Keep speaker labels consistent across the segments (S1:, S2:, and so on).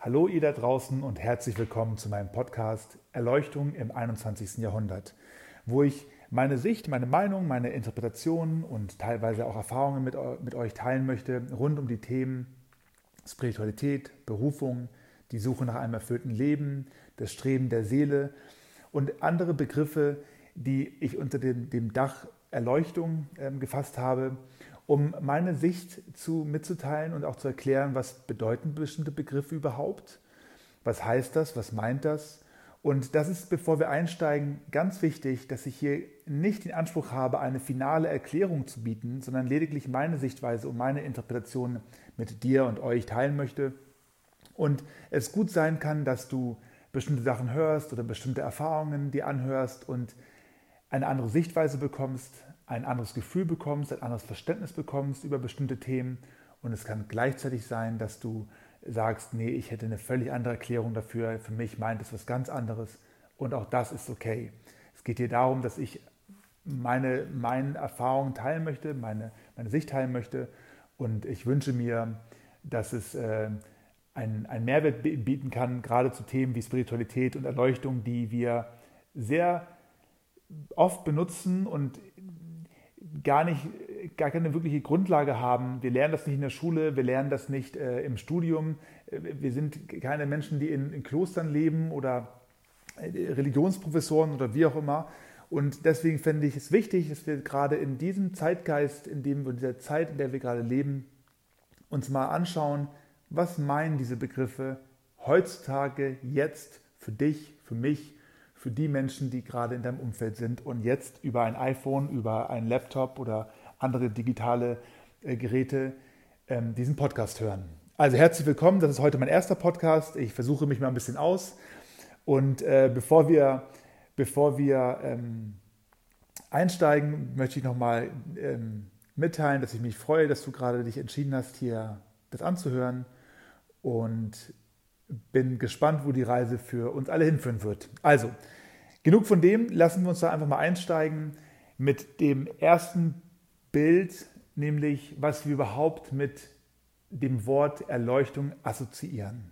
S1: Hallo ihr da draußen und herzlich willkommen zu meinem Podcast Erleuchtung im 21. Jahrhundert, wo ich meine Sicht, meine Meinung, meine Interpretationen und teilweise auch Erfahrungen mit euch teilen möchte rund um die Themen Spiritualität, Berufung, die Suche nach einem erfüllten Leben, das Streben der Seele und andere Begriffe, die ich unter dem Dach Erleuchtung gefasst habe, um meine Sicht mitzuteilen und auch zu erklären, was bedeuten bestimmte Begriffe überhaupt, was heißt das, was meint das. Und das ist, bevor wir einsteigen, ganz wichtig, dass ich hier nicht den Anspruch habe, eine finale Erklärung zu bieten, sondern lediglich meine Sichtweise und meine Interpretation mit dir und euch teilen möchte. Und es gut sein kann, dass du bestimmte Sachen hörst oder bestimmte Erfahrungen dir anhörst und eine andere Sichtweise bekommst, ein anderes Gefühl bekommst, ein anderes Verständnis bekommst über bestimmte Themen. Und es kann gleichzeitig sein, dass du sagst, nee, ich hätte eine völlig andere Erklärung dafür. Für mich meint es was ganz anderes. Und auch das ist okay. Es geht hier darum, dass ich meine Erfahrungen teilen möchte, meine Sicht teilen möchte. Und ich wünsche mir, dass es einen Mehrwert bieten kann, gerade zu Themen wie Spiritualität und Erleuchtung, die wir sehr oft benutzen und gar keine wirkliche Grundlage haben. Wir lernen das nicht in der Schule, wir lernen das nicht im Studium. Wir sind keine Menschen, die in Klostern leben oder Religionsprofessoren oder wie auch immer. Und deswegen fände ich es wichtig, dass wir gerade in diesem Zeitgeist, in dieser Zeit, in der wir gerade leben, uns mal anschauen, was meinen diese Begriffe heutzutage, jetzt, für dich, für mich, für die Menschen, die gerade in deinem Umfeld sind und jetzt über ein iPhone, über einen Laptop oder andere digitale Geräte diesen Podcast hören. Also herzlich willkommen, das ist heute mein erster Podcast. Ich versuche mich mal ein bisschen aus. Und bevor wir einsteigen, möchte ich nochmal mitteilen, dass ich mich freue, dass du gerade dich entschieden hast, hier das anzuhören. Und bin gespannt, wo die Reise für uns alle hinführen wird. Also, genug von dem, lassen wir uns da einfach mal einsteigen mit dem ersten Bild, nämlich was wir überhaupt mit dem Wort Erleuchtung assoziieren.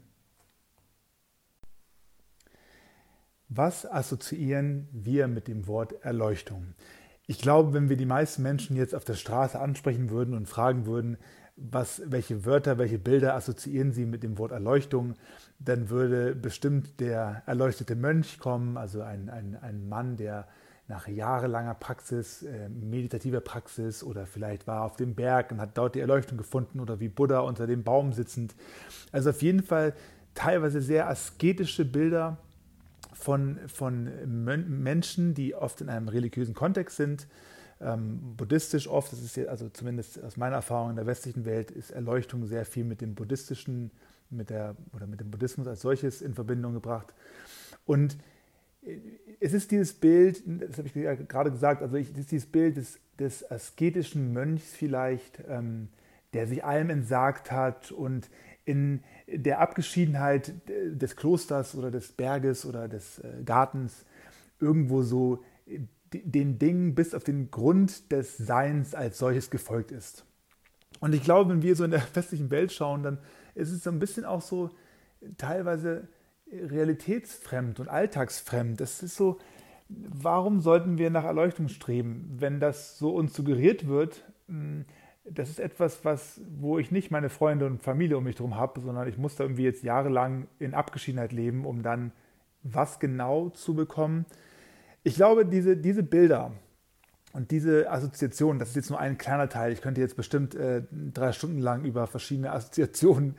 S1: Was assoziieren wir mit dem Wort Erleuchtung? Ich glaube, wenn wir die meisten Menschen jetzt auf der Straße ansprechen würden und fragen würden, welche Wörter, welche Bilder assoziieren Sie mit dem Wort Erleuchtung, dann würde bestimmt der erleuchtete Mönch kommen, also ein Mann, der nach jahrelanger Praxis, meditativer Praxis oder vielleicht war auf dem Berg und hat dort die Erleuchtung gefunden oder wie Buddha unter dem Baum sitzend. Also auf jeden Fall teilweise sehr asketische Bilder von Menschen, die oft in einem religiösen Kontext sind, buddhistisch oft, das ist ja, also zumindest aus meiner Erfahrung in der westlichen Welt, ist Erleuchtung sehr viel mit dem Buddhistischen, mit dem Buddhismus als solches in Verbindung gebracht. Und es ist dieses Bild, das habe ich ja gerade gesagt, es ist dieses Bild des asketischen Mönchs vielleicht, der sich allem entsagt hat und in der Abgeschiedenheit des Klosters oder des Berges oder des Gartens irgendwo so den Dingen bis auf den Grund des Seins als solches gefolgt ist. Und ich glaube, wenn wir so in der westlichen Welt schauen, dann ist es so ein bisschen auch so teilweise realitätsfremd und alltagsfremd. Das ist so, warum sollten wir nach Erleuchtung streben, wenn das so uns suggeriert wird? Das ist etwas, wo ich nicht meine Freunde und Familie um mich herum habe, sondern ich muss da irgendwie jetzt jahrelang in Abgeschiedenheit leben, um dann was genau zu bekommen. Ich glaube, diese Bilder und diese Assoziationen, das ist jetzt nur ein kleiner Teil. Ich könnte jetzt bestimmt 3 Stunden lang über verschiedene Assoziationen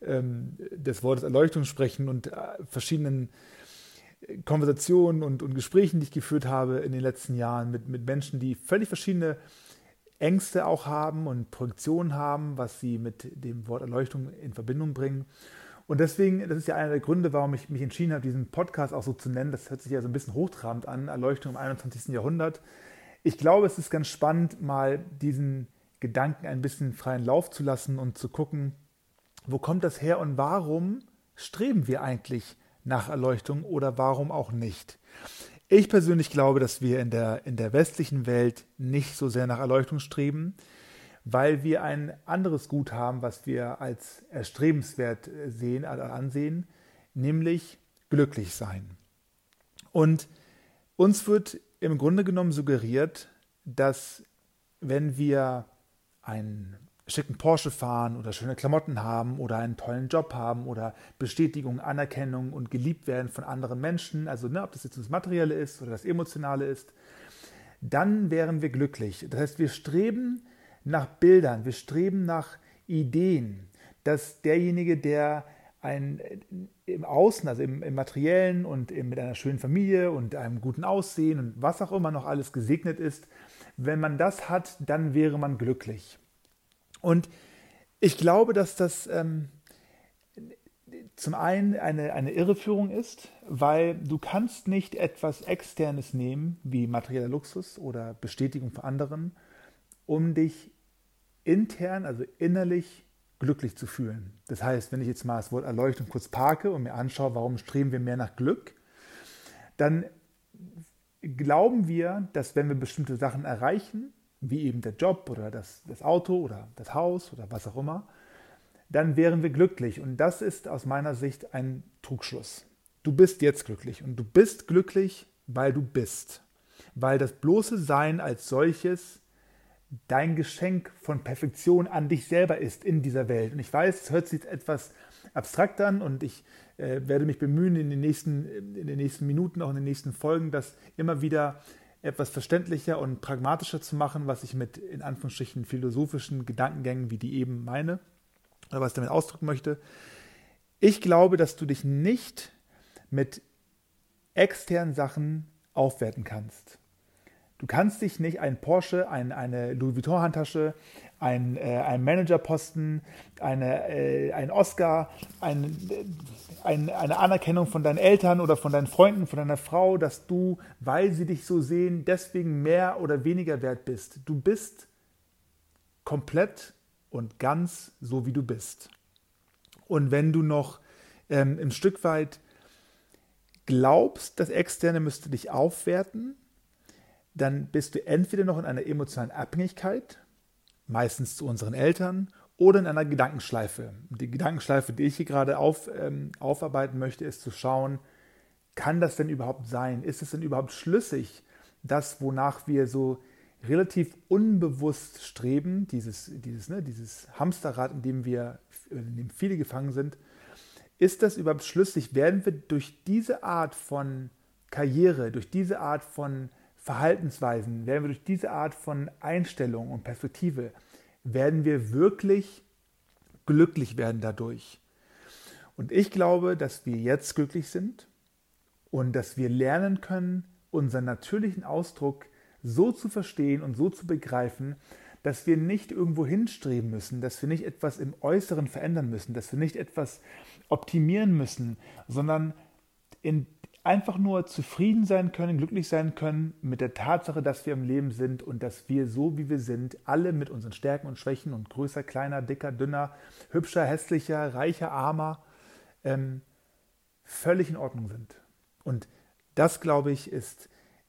S1: des Wortes Erleuchtung sprechen und verschiedenen Konversationen und Gesprächen, die ich geführt habe in den letzten Jahren mit Menschen, die völlig verschiedene Ängste auch haben und Projektionen haben, was sie mit dem Wort Erleuchtung in Verbindung bringen. Und deswegen, das ist ja einer der Gründe, warum ich mich entschieden habe, diesen Podcast auch so zu nennen. Das hört sich ja so ein bisschen hochtrabend an, Erleuchtung im 21. Jahrhundert. Ich glaube, es ist ganz spannend, mal diesen Gedanken ein bisschen freien Lauf zu lassen und zu gucken, wo kommt das her und warum streben wir eigentlich nach Erleuchtung oder warum auch nicht. Ich persönlich glaube, dass wir in der westlichen Welt nicht so sehr nach Erleuchtung streben, weil wir ein anderes Gut haben, was wir als erstrebenswert ansehen, nämlich glücklich sein. Und uns wird im Grunde genommen suggeriert, dass wenn wir einen schicken Porsche fahren oder schöne Klamotten haben oder einen tollen Job haben oder Bestätigung, Anerkennung und geliebt werden von anderen Menschen, also ob das jetzt das Materielle ist oder das Emotionale ist, dann wären wir glücklich. Das heißt, wir streben nach Bildern, wir streben nach Ideen, dass derjenige, der im Außen, also im Materiellen und mit einer schönen Familie und einem guten Aussehen und was auch immer noch alles gesegnet ist, wenn man das hat, dann wäre man glücklich. Und ich glaube, dass das zum einen eine Irreführung ist, weil du kannst nicht etwas Externes nehmen, wie materieller Luxus oder Bestätigung von anderen, um dich intern, also innerlich glücklich zu fühlen. Das heißt, wenn ich jetzt mal das Wort Erleuchtung kurz parke und mir anschaue, warum streben wir mehr nach Glück, dann glauben wir, dass wenn wir bestimmte Sachen erreichen, wie eben der Job oder das Auto oder das Haus oder was auch immer, dann wären wir glücklich. Und das ist aus meiner Sicht ein Trugschluss. Du bist jetzt glücklich und du bist glücklich, weil du bist. Weil das bloße Sein als solches dein Geschenk von Perfektion an dich selber ist in dieser Welt. Und ich weiß, es hört sich etwas abstrakt an und ich werde mich bemühen, in den nächsten Minuten, auch in den nächsten Folgen, das immer wieder etwas verständlicher und pragmatischer zu machen, was ich mit, in Anführungsstrichen, philosophischen Gedankengängen, wie die eben meine, oder was ich damit ausdrücken möchte. Ich glaube, dass du dich nicht mit externen Sachen aufwerten kannst. Du kannst dich nicht einen Porsche, eine Louis Vuitton-Handtasche, ein Managerposten, ein Oscar, eine Anerkennung von deinen Eltern oder von deinen Freunden, von deiner Frau, dass du, weil sie dich so sehen, deswegen mehr oder weniger wert bist. Du bist komplett und ganz so, wie du bist. Und wenn du noch ein Stück weit glaubst, das Externe müsste dich aufwerten, dann bist du entweder noch in einer emotionalen Abhängigkeit, meistens zu unseren Eltern, oder in einer Gedankenschleife. Und die Gedankenschleife, die ich hier gerade aufarbeiten möchte, ist zu schauen, kann das denn überhaupt sein? Ist es denn überhaupt schlüssig, das, wonach wir so relativ unbewusst streben, dieses Hamsterrad, in dem viele gefangen sind, ist das überhaupt schlüssig? Werden wir durch diese Art von Karriere, durch diese Art von Verhaltensweisen, werden wir durch diese Art von Einstellung und Perspektive, werden wir wirklich glücklich werden dadurch. Und ich glaube, dass wir jetzt glücklich sind und dass wir lernen können, unseren natürlichen Ausdruck so zu verstehen und so zu begreifen, dass wir nicht irgendwo hinstreben müssen, dass wir nicht etwas im Äußeren verändern müssen, dass wir nicht etwas optimieren müssen, sondern einfach nur zufrieden sein können, glücklich sein können mit der Tatsache, dass wir im Leben sind und dass wir so, wie wir sind, alle mit unseren Stärken und Schwächen und größer, kleiner, dicker, dünner, hübscher, hässlicher, reicher, armer, völlig in Ordnung sind. Und das, glaube ich, ist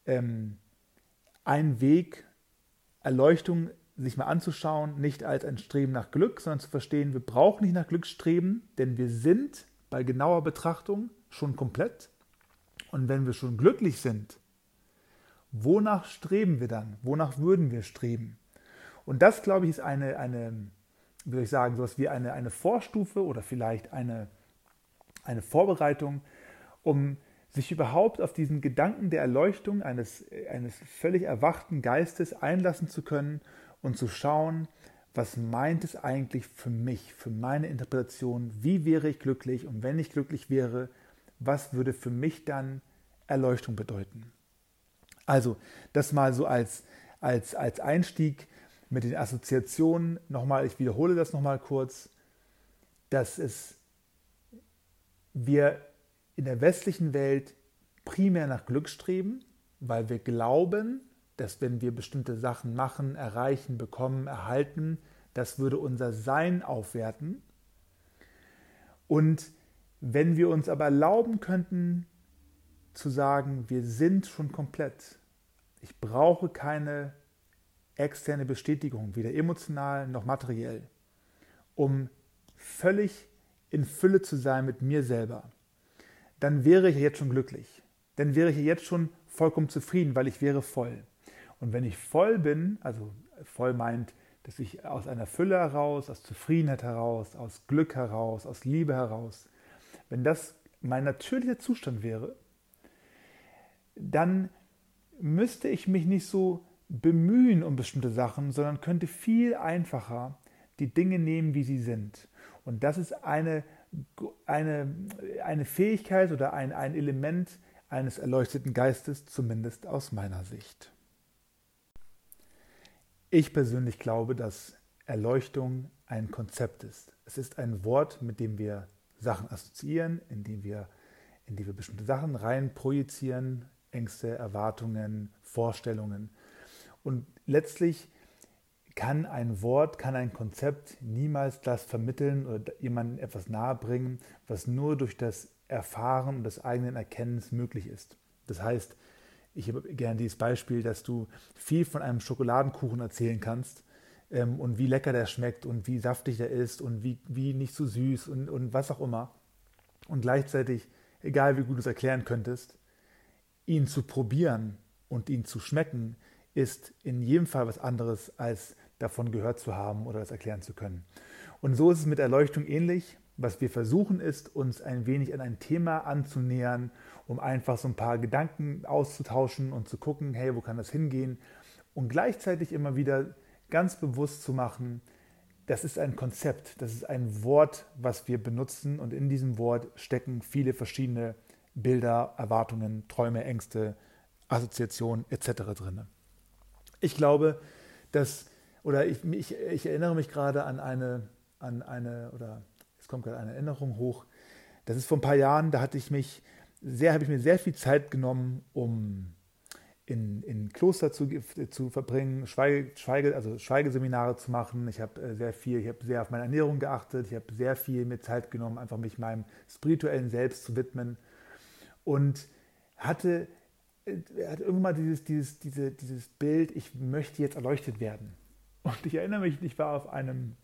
S1: ein Weg, Erleuchtung sich mal anzuschauen, nicht als ein Streben nach Glück, sondern zu verstehen, wir brauchen nicht nach Glück streben, denn wir sind bei genauer Betrachtung schon komplett. Und wenn wir schon glücklich sind, wonach streben wir dann? Wonach würden wir streben? Und das, glaube ich, ist wie soll ich sagen, sowas wie eine Vorstufe oder vielleicht eine Vorbereitung, um sich überhaupt auf diesen Gedanken der Erleuchtung eines völlig erwachten Geistes einlassen zu können und zu schauen, was meint es eigentlich für mich, für meine Interpretation, wie wäre ich glücklich und wenn ich glücklich wäre, was würde für mich dann Erleuchtung bedeuten? Also, das mal so als Einstieg mit den Assoziationen. Nochmal, ich wiederhole das nochmal kurz, dass wir in der westlichen Welt primär nach Glück streben, weil wir glauben, dass wenn wir bestimmte Sachen machen, erreichen, bekommen, erhalten, das würde unser Sein aufwerten. Und wenn wir uns aber erlauben könnten, zu sagen, wir sind schon komplett. Ich brauche keine externe Bestätigung, weder emotional noch materiell, um völlig in Fülle zu sein mit mir selber, dann wäre ich ja jetzt schon glücklich. Dann wäre ich ja jetzt schon vollkommen zufrieden, weil ich wäre voll. Und wenn ich voll bin, also voll meint, dass ich aus einer Fülle heraus, aus Zufriedenheit heraus, aus Glück heraus, aus Liebe heraus, wenn das mein natürlicher Zustand wäre, dann müsste ich mich nicht so bemühen um bestimmte Sachen, sondern könnte viel einfacher die Dinge nehmen, wie sie sind. Und das ist eine Fähigkeit oder ein Element eines erleuchteten Geistes, zumindest aus meiner Sicht. Ich persönlich glaube, dass Erleuchtung ein Konzept ist. Es ist ein Wort, mit dem wir Sachen assoziieren, in die wir bestimmte Sachen rein projizieren, Ängste, Erwartungen, Vorstellungen. Und letztlich kann ein Wort, kann ein Konzept niemals das vermitteln oder jemandem etwas nahebringen, was nur durch das Erfahren und das eigenen Erkennens möglich ist. Das heißt, ich habe gerne dieses Beispiel, dass du viel von einem Schokoladenkuchen erzählen kannst und wie lecker der schmeckt und wie saftig der ist und wie nicht so süß und was auch immer. Und gleichzeitig, egal wie gut du es erklären könntest, ihn zu probieren und ihn zu schmecken, ist in jedem Fall was anderes, als davon gehört zu haben oder das erklären zu können. Und so ist es mit Erleuchtung ähnlich. Was wir versuchen ist, uns ein wenig an ein Thema anzunähern, um einfach so ein paar Gedanken auszutauschen und zu gucken, hey, wo kann das hingehen? Und gleichzeitig immer wieder ganz bewusst zu machen, das ist ein Konzept, das ist ein Wort, was wir benutzen und in diesem Wort stecken viele verschiedene Bilder, Erwartungen, Träume, Ängste, Assoziationen etc. drin. Ich glaube, ich erinnere mich gerade an eine, oder es kommt gerade eine Erinnerung hoch. Das ist vor ein paar Jahren, da habe ich mir sehr viel Zeit genommen, um in Kloster zu verbringen, Schweigeseminare zu machen. Ich habe sehr auf meine Ernährung geachtet. Ich habe sehr viel mir Zeit genommen, einfach mich meinem spirituellen Selbst zu widmen. Und hatte irgendwann mal dieses Bild, ich möchte jetzt erleuchtet werden. Und ich erinnere mich, ich war auf einem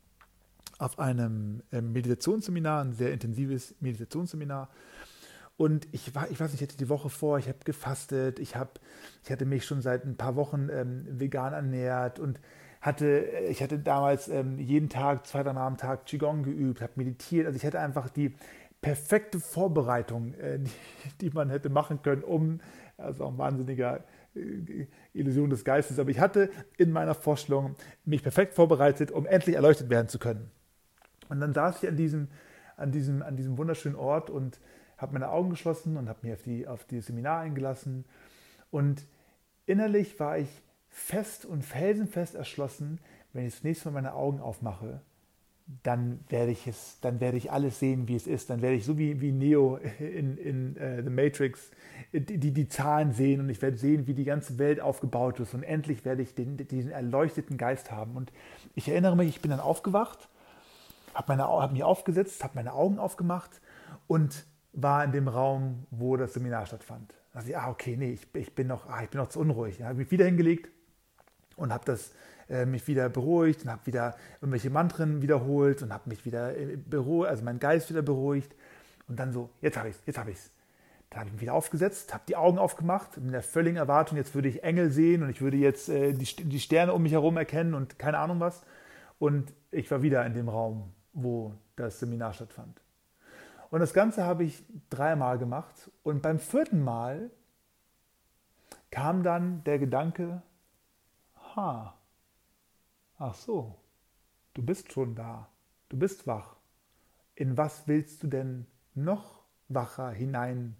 S1: Meditationsseminar, ein sehr intensives Meditationsseminar. Und ich weiß nicht, ich hatte die Woche vor, ich habe gefastet, ich hatte mich schon seit ein paar Wochen vegan ernährt und ich hatte damals jeden Tag, 2-3 Mal am Tag Qigong geübt, habe meditiert. Also ich hatte einfach die perfekte Vorbereitung, die man hätte machen können, also auch ein wahnsinniger Illusion des Geistes, aber ich hatte in meiner Vorstellung mich perfekt vorbereitet, um endlich erleuchtet werden zu können. Und dann saß ich an diesem wunderschönen Ort und habe meine Augen geschlossen und habe mich auf die Seminar eingelassen. Und innerlich war ich fest und felsenfest erschlossen, wenn ich das nächste Mal meine Augen aufmache, dann werde ich alles sehen, wie es ist. Dann werde ich so wie Neo in The Matrix die Zahlen sehen und ich werde sehen, wie die ganze Welt aufgebaut ist. Und endlich werde ich diesen erleuchteten Geist haben. Und ich erinnere mich, ich bin dann aufgewacht, habe mich aufgesetzt, habe meine Augen aufgemacht und war in dem Raum, wo das Seminar stattfand. Da dachte ich, okay, nee, ich bin noch zu unruhig. Dann habe ich mich wieder hingelegt und habe mich wieder beruhigt und habe wieder irgendwelche Mantren wiederholt und habe mich wieder beruhigt, also meinen Geist wieder beruhigt. Und dann so, jetzt habe ich's. Dann habe ich mich wieder aufgesetzt, habe die Augen aufgemacht, in der völligen Erwartung, jetzt würde ich Engel sehen und ich würde jetzt die Sterne um mich herum erkennen und keine Ahnung was. Und ich war wieder in dem Raum, wo das Seminar stattfand. Und das Ganze habe ich 3 Mal gemacht und beim 4. Mal kam dann der Gedanke, ach so, du bist schon da, du bist wach. In was willst du denn noch wacher hinein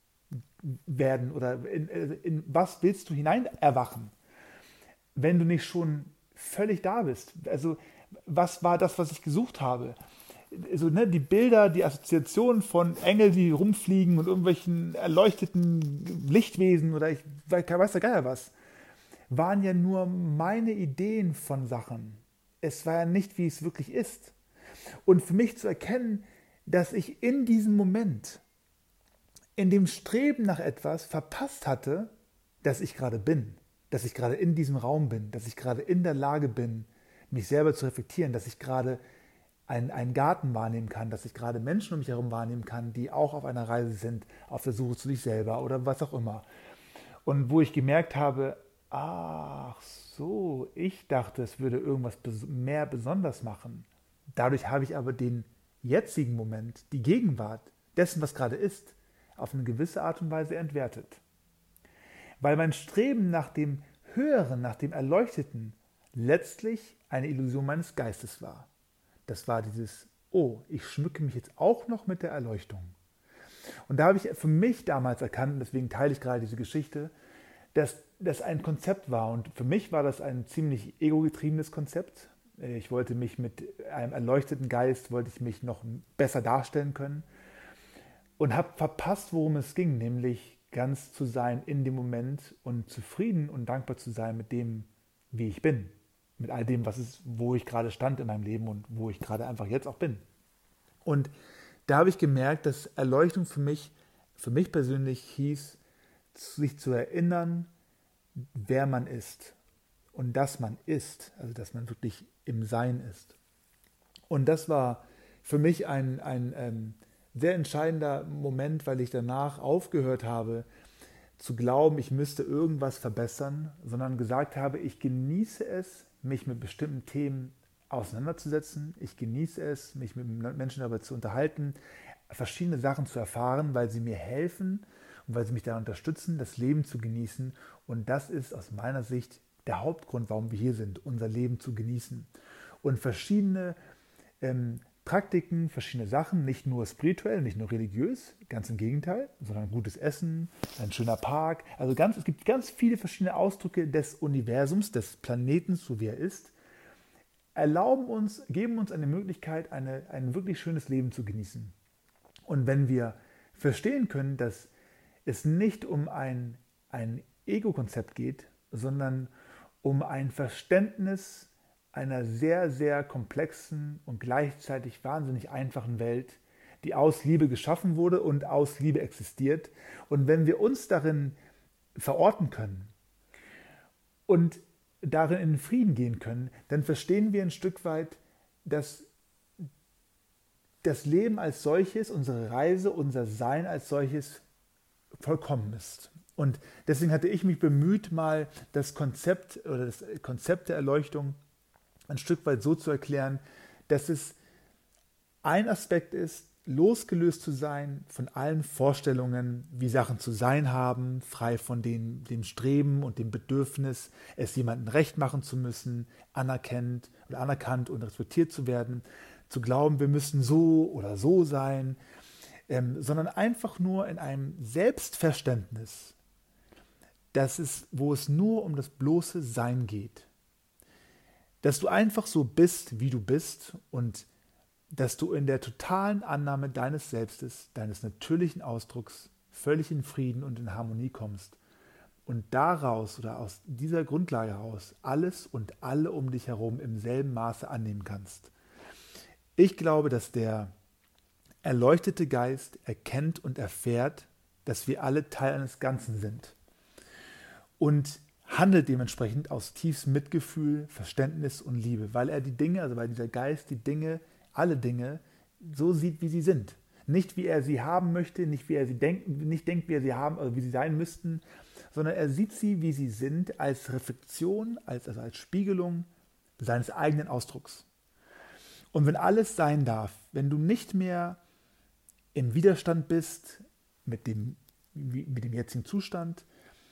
S1: werden oder in was willst du hinein erwachen, wenn du nicht schon völlig da bist? Also was war das, was ich gesucht habe? Also, die Bilder, die Assoziationen von Engeln, die rumfliegen und irgendwelchen erleuchteten Lichtwesen oder ich weiß ja gar was, waren ja nur meine Ideen von Sachen. Es war ja nicht, wie es wirklich ist. Und für mich zu erkennen, dass ich in diesem Moment, in dem Streben nach etwas verpasst hatte, dass ich gerade bin. dass ich gerade in diesem Raum bin, dass ich gerade in der Lage bin, mich selber zu reflektieren, dass ich gerade einen Garten wahrnehmen kann, dass ich gerade Menschen um mich herum wahrnehmen kann, die auch auf einer Reise sind, auf der Suche zu sich selber oder was auch immer. Und wo ich gemerkt habe, ach so, ich dachte, es würde irgendwas mehr besonders machen. Dadurch habe ich aber den jetzigen Moment, die Gegenwart dessen, was gerade ist, auf eine gewisse Art und Weise entwertet. Weil mein Streben nach dem Höheren, nach dem Erleuchteten letztlich eine Illusion meines Geistes war. Das war dieses, oh, ich schmücke mich jetzt auch noch mit der Erleuchtung. Und da habe ich für mich damals erkannt, und deswegen teile ich gerade diese Geschichte, dass das ein Konzept war. Und für mich war das ein ziemlich ego-getriebenes Konzept. Ich wollte mich mit einem erleuchteten Geist, wollte ich mich noch besser darstellen können und habe verpasst, worum es ging, nämlich ganz zu sein in dem Moment und zufrieden und dankbar zu sein mit dem, wie ich bin. Mit all dem, wo ich gerade stand in meinem Leben und wo ich gerade einfach jetzt auch bin. Und da habe ich gemerkt, dass Erleuchtung für mich persönlich hieß, sich zu erinnern, wer man ist und dass man ist, also dass man wirklich im Sein ist. Und das war für mich ein sehr entscheidender Moment, weil ich danach aufgehört habe, zu glauben, ich müsste irgendwas verbessern, sondern gesagt habe, ich genieße es, mich mit bestimmten Themen auseinanderzusetzen. Ich genieße es, mich mit Menschen darüber zu unterhalten, verschiedene Sachen zu erfahren, weil sie mir helfen und weil sie mich da unterstützen, das Leben zu genießen. Und das ist aus meiner Sicht der Hauptgrund, warum wir hier sind, unser Leben zu genießen. Und verschiedene Praktiken, verschiedene Sachen, nicht nur spirituell, nicht nur religiös, ganz im Gegenteil, sondern gutes Essen, ein schöner Park. Also es gibt ganz viele verschiedene Ausdrücke des Universums, des Planeten, so wie er ist, geben uns eine Möglichkeit, ein wirklich schönes Leben zu genießen. Und wenn wir verstehen können, dass es nicht um ein Ego-Konzept geht, sondern um ein Verständnis einer sehr, sehr komplexen und gleichzeitig wahnsinnig einfachen Welt, die aus Liebe geschaffen wurde und aus Liebe existiert. Und wenn wir uns darin verorten können und darin in den Frieden gehen können, dann verstehen wir ein Stück weit, dass das Leben als solches, unsere Reise, unser Sein als solches vollkommen ist. Und deswegen hatte ich mich bemüht, mal das Konzept der Erleuchtung ein Stück weit so zu erklären, dass es ein Aspekt ist, losgelöst zu sein von allen Vorstellungen, wie Sachen zu sein haben, frei von dem Streben und dem Bedürfnis, es jemandem recht machen zu müssen, anerkannt und respektiert zu werden, zu glauben, wir müssen so oder so sein, sondern einfach nur in einem Selbstverständnis, wo es nur um das bloße Sein geht. Dass du einfach so bist, wie du bist und dass du in der totalen Annahme deines Selbstes, deines natürlichen Ausdrucks völlig in Frieden und in Harmonie kommst und daraus oder aus dieser Grundlage heraus alles und alle um dich herum im selben Maße annehmen kannst. Ich glaube, dass der erleuchtete Geist erkennt und erfährt, dass wir alle Teil eines Ganzen sind und handelt dementsprechend aus tiefstem Mitgefühl, Verständnis und Liebe, weil weil dieser Geist alle Dinge so sieht, wie sie sind. Nicht wie er sie haben möchte, nicht wie er sie denkt, nicht denkt, wie er sie haben, also wie sie sein müssten, sondern er sieht sie, wie sie sind, als Reflexion, als Spiegelung seines eigenen Ausdrucks. Und wenn alles sein darf, wenn du nicht mehr im Widerstand bist mit dem jetzigen Zustand,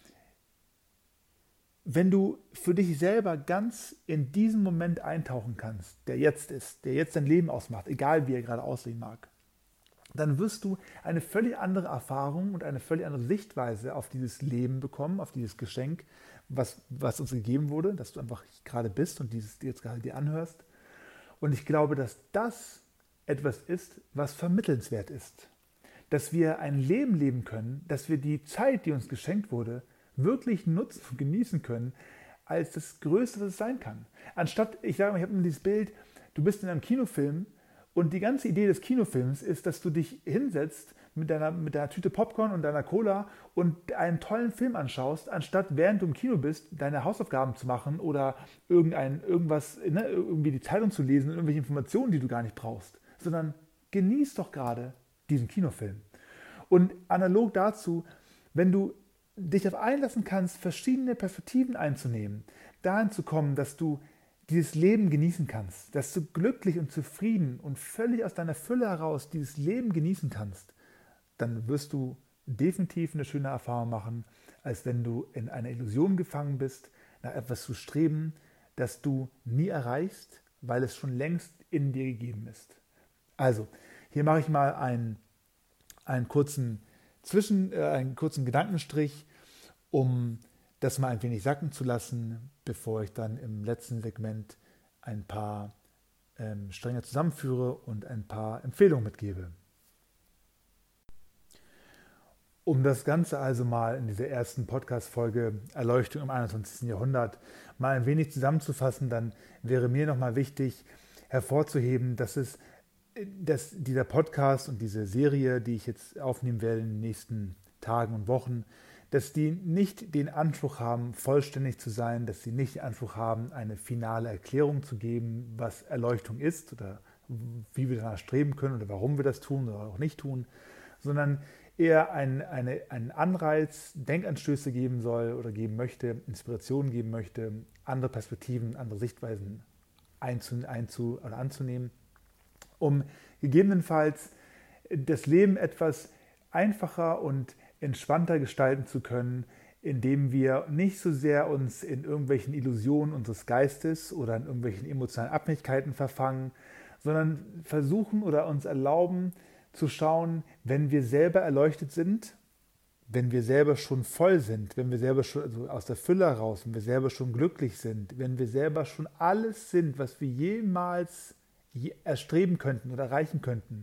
S1: wenn du für dich selber ganz in diesen Moment eintauchen kannst, der jetzt ist, der jetzt dein Leben ausmacht, egal wie er gerade aussehen mag, dann wirst du eine völlig andere Erfahrung und eine völlig andere Sichtweise auf dieses Leben bekommen, auf dieses Geschenk, was uns gegeben wurde, dass du einfach gerade bist und dieses jetzt gerade dir anhörst. Und ich glaube, dass das etwas ist, was vermittelnswert ist. Dass wir ein Leben leben können, dass wir die Zeit, die uns geschenkt wurde, wirklich nutzen und genießen können, als das Größte, was es sein kann. Anstatt, ich sage mal, ich habe immer dieses Bild, du bist in einem Kinofilm Und die ganze Idee des Kinofilms ist, dass du dich hinsetzt mit deiner Tüte Popcorn und deiner Cola und einen tollen Film anschaust, anstatt während du im Kino bist, deine Hausaufgaben zu machen oder irgendwas, ne, irgendwie die Zeitung zu lesen und irgendwelche Informationen, die du gar nicht brauchst, sondern genieß doch gerade diesen Kinofilm. Und analog dazu, wenn du dich darauf einlassen kannst, verschiedene Perspektiven einzunehmen, dahin zu kommen, dass du dieses Leben genießen kannst, dass du glücklich und zufrieden und völlig aus deiner Fülle heraus dieses Leben genießen kannst, dann wirst du definitiv eine schöne Erfahrung machen, als wenn du in einer Illusion gefangen bist, nach etwas zu streben, das du nie erreichst, weil es schon längst in dir gegeben ist. Also, hier mache ich mal einen kurzen Gedankenstrich, um das mal ein wenig sacken zu lassen, bevor ich dann im letzten Segment ein paar Stränge zusammenführe und ein paar Empfehlungen mitgebe. Um das Ganze also mal in dieser ersten Podcast-Folge Erleuchtung im 21. Jahrhundert mal ein wenig zusammenzufassen, dann wäre mir nochmal wichtig hervorzuheben, dass dieser Podcast und diese Serie, die ich jetzt aufnehmen werde in den nächsten Tagen und Wochen, dass die nicht den Anspruch haben, vollständig zu sein, dass sie nicht den Anspruch haben, eine finale Erklärung zu geben, was Erleuchtung ist oder wie wir danach streben können oder warum wir das tun oder auch nicht tun, sondern eher einen Anreiz, Denkanstöße geben soll oder geben möchte, Inspirationen geben möchte, andere Perspektiven, andere Sichtweisen anzunehmen, um gegebenenfalls das Leben etwas einfacher und entspannter gestalten zu können, indem wir nicht so sehr uns in irgendwelchen Illusionen unseres Geistes oder in irgendwelchen emotionalen Abhängigkeiten verfangen, sondern versuchen oder uns erlauben zu schauen, wenn wir selber erleuchtet sind, wenn wir selber schon voll sind, wenn wir selber schon aus der Fülle heraus, wenn wir selber schon glücklich sind, wenn wir selber schon alles sind, was wir jemals erstreben könnten oder erreichen könnten,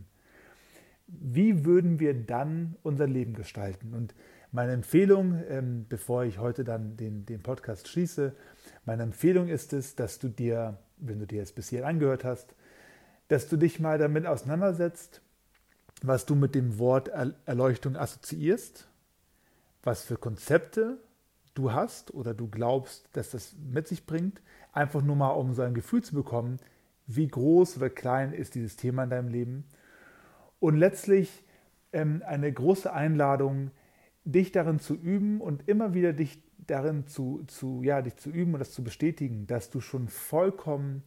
S1: wie würden wir dann unser Leben gestalten? Und meine Empfehlung, bevor ich heute dann den Podcast schließe, meine Empfehlung ist es, dass du dir, wenn du dir es bis hierhin angehört hast, dass du dich mal damit auseinandersetzt, was du mit dem Wort Erleuchtung assoziierst, was für Konzepte du hast oder du glaubst, dass das mit sich bringt, einfach nur mal, um so ein Gefühl zu bekommen, wie groß oder klein ist dieses Thema in deinem Leben. Und letztlich eine große Einladung, dich darin zu üben und immer wieder dich darin dich zu üben und das zu bestätigen, dass du schon vollkommen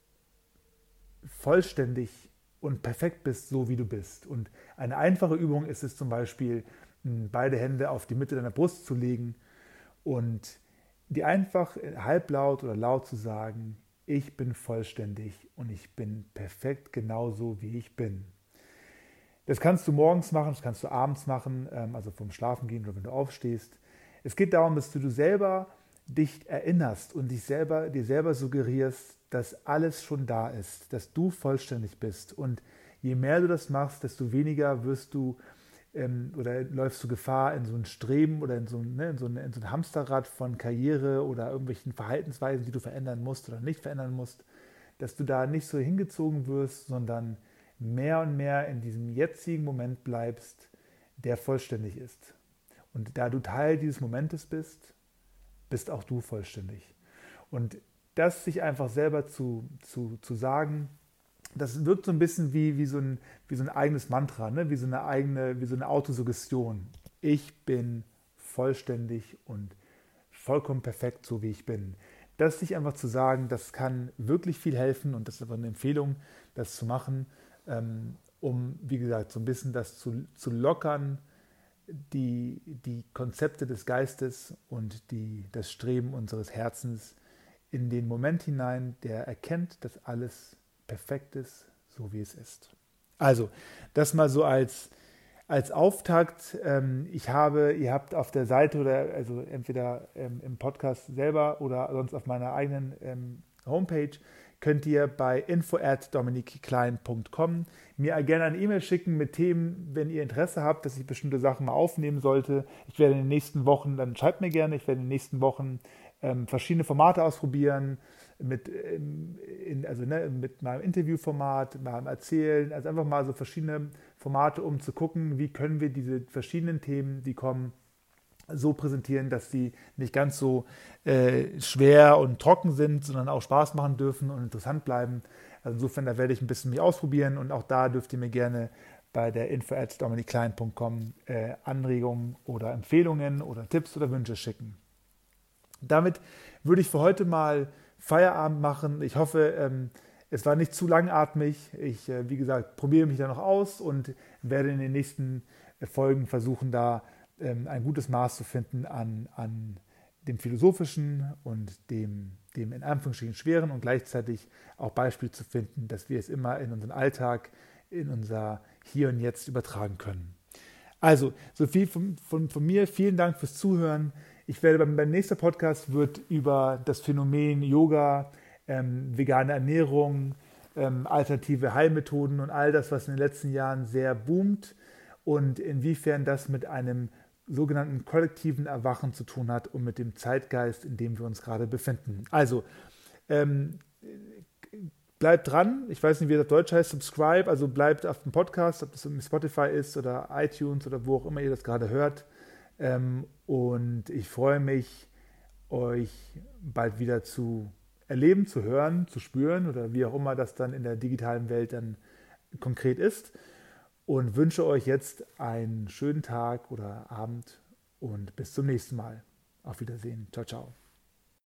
S1: vollständig und perfekt bist, so wie du bist. Und eine einfache Übung ist es zum Beispiel, beide Hände auf die Mitte deiner Brust zu legen und dir einfach halblaut oder laut zu sagen, ich bin vollständig und ich bin perfekt genauso, wie ich bin. Das kannst du morgens machen, das kannst du abends machen, also vom Schlafen gehen oder wenn du aufstehst. Es geht darum, dass du selber dich erinnerst und dir selber suggerierst, dass alles schon da ist, dass du vollständig bist. Und je mehr du das machst, desto weniger wirst du oder läufst du Gefahr, in so ein Streben oder in so ein Hamsterrad von Karriere oder irgendwelchen Verhaltensweisen, die du verändern musst oder nicht verändern musst, dass du da nicht so hingezogen wirst, sondern mehr und mehr in diesem jetzigen Moment bleibst, der vollständig ist. Und da du Teil dieses Momentes bist auch du vollständig. Und das sich einfach selber zu sagen, das wirkt so ein bisschen wie so ein eigenes Mantra, ne? wie so eine Autosuggestion. Ich bin vollständig und vollkommen perfekt, so wie ich bin. Das sich einfach zu sagen, das kann wirklich viel helfen und das ist aber eine Empfehlung, das zu machen, um, wie gesagt, so ein bisschen das zu lockern, die Konzepte des Geistes und das Streben unseres Herzens in den Moment hinein, der erkennt, dass alles perfekt ist, so wie es ist. Also, das mal so als Auftakt. Ihr habt auf der Seite oder also entweder im Podcast selber oder sonst auf meiner eigenen Homepage könnt ihr bei info@dominikklein.com mir gerne eine E-Mail schicken mit Themen, wenn ihr Interesse habt, dass ich bestimmte Sachen mal aufnehmen sollte. Ich werde in den nächsten Wochen, dann schreibt mir gerne, ich werde in den nächsten Wochen verschiedene Formate ausprobieren, mit meinem Interviewformat, meinem Erzählen, also einfach mal so verschiedene Formate, um zu gucken, wie können wir diese verschiedenen Themen, die kommen, so präsentieren, dass sie nicht ganz so schwer und trocken sind, sondern auch Spaß machen dürfen und interessant bleiben. Also insofern, da werde ich ein bisschen mich ausprobieren und auch da dürft ihr mir gerne bei der info@dominikklein.com Anregungen oder Empfehlungen oder Tipps oder Wünsche schicken. Damit würde ich für heute mal Feierabend machen. Ich hoffe, es war nicht zu langatmig. Ich, wie gesagt, probiere mich da noch aus und werde in den nächsten Folgen versuchen, da ein gutes Maß zu finden an dem Philosophischen und dem in Anführungsstrichen Schweren und gleichzeitig auch Beispiele zu finden, dass wir es immer in unseren Alltag, in unser Hier und Jetzt übertragen können. Also, so viel von mir. Vielen Dank fürs Zuhören. Ich werde beim nächsten Podcast wird über das Phänomen Yoga, vegane Ernährung, alternative Heilmethoden und all das, was in den letzten Jahren sehr boomt und inwiefern das mit einem sogenannten kollektiven Erwachen zu tun hat und mit dem Zeitgeist, in dem wir uns gerade befinden. Also, bleibt dran. Ich weiß nicht, wie das auf Deutsch heißt, subscribe, also bleibt auf dem Podcast, ob das Spotify ist oder iTunes oder wo auch immer ihr das gerade hört. Und ich freue mich, euch bald wieder zu erleben, zu hören, zu spüren oder wie auch immer das dann in der digitalen Welt dann konkret ist. Und wünsche euch jetzt einen schönen Tag oder Abend und bis zum nächsten Mal. Auf Wiedersehen. Ciao, ciao.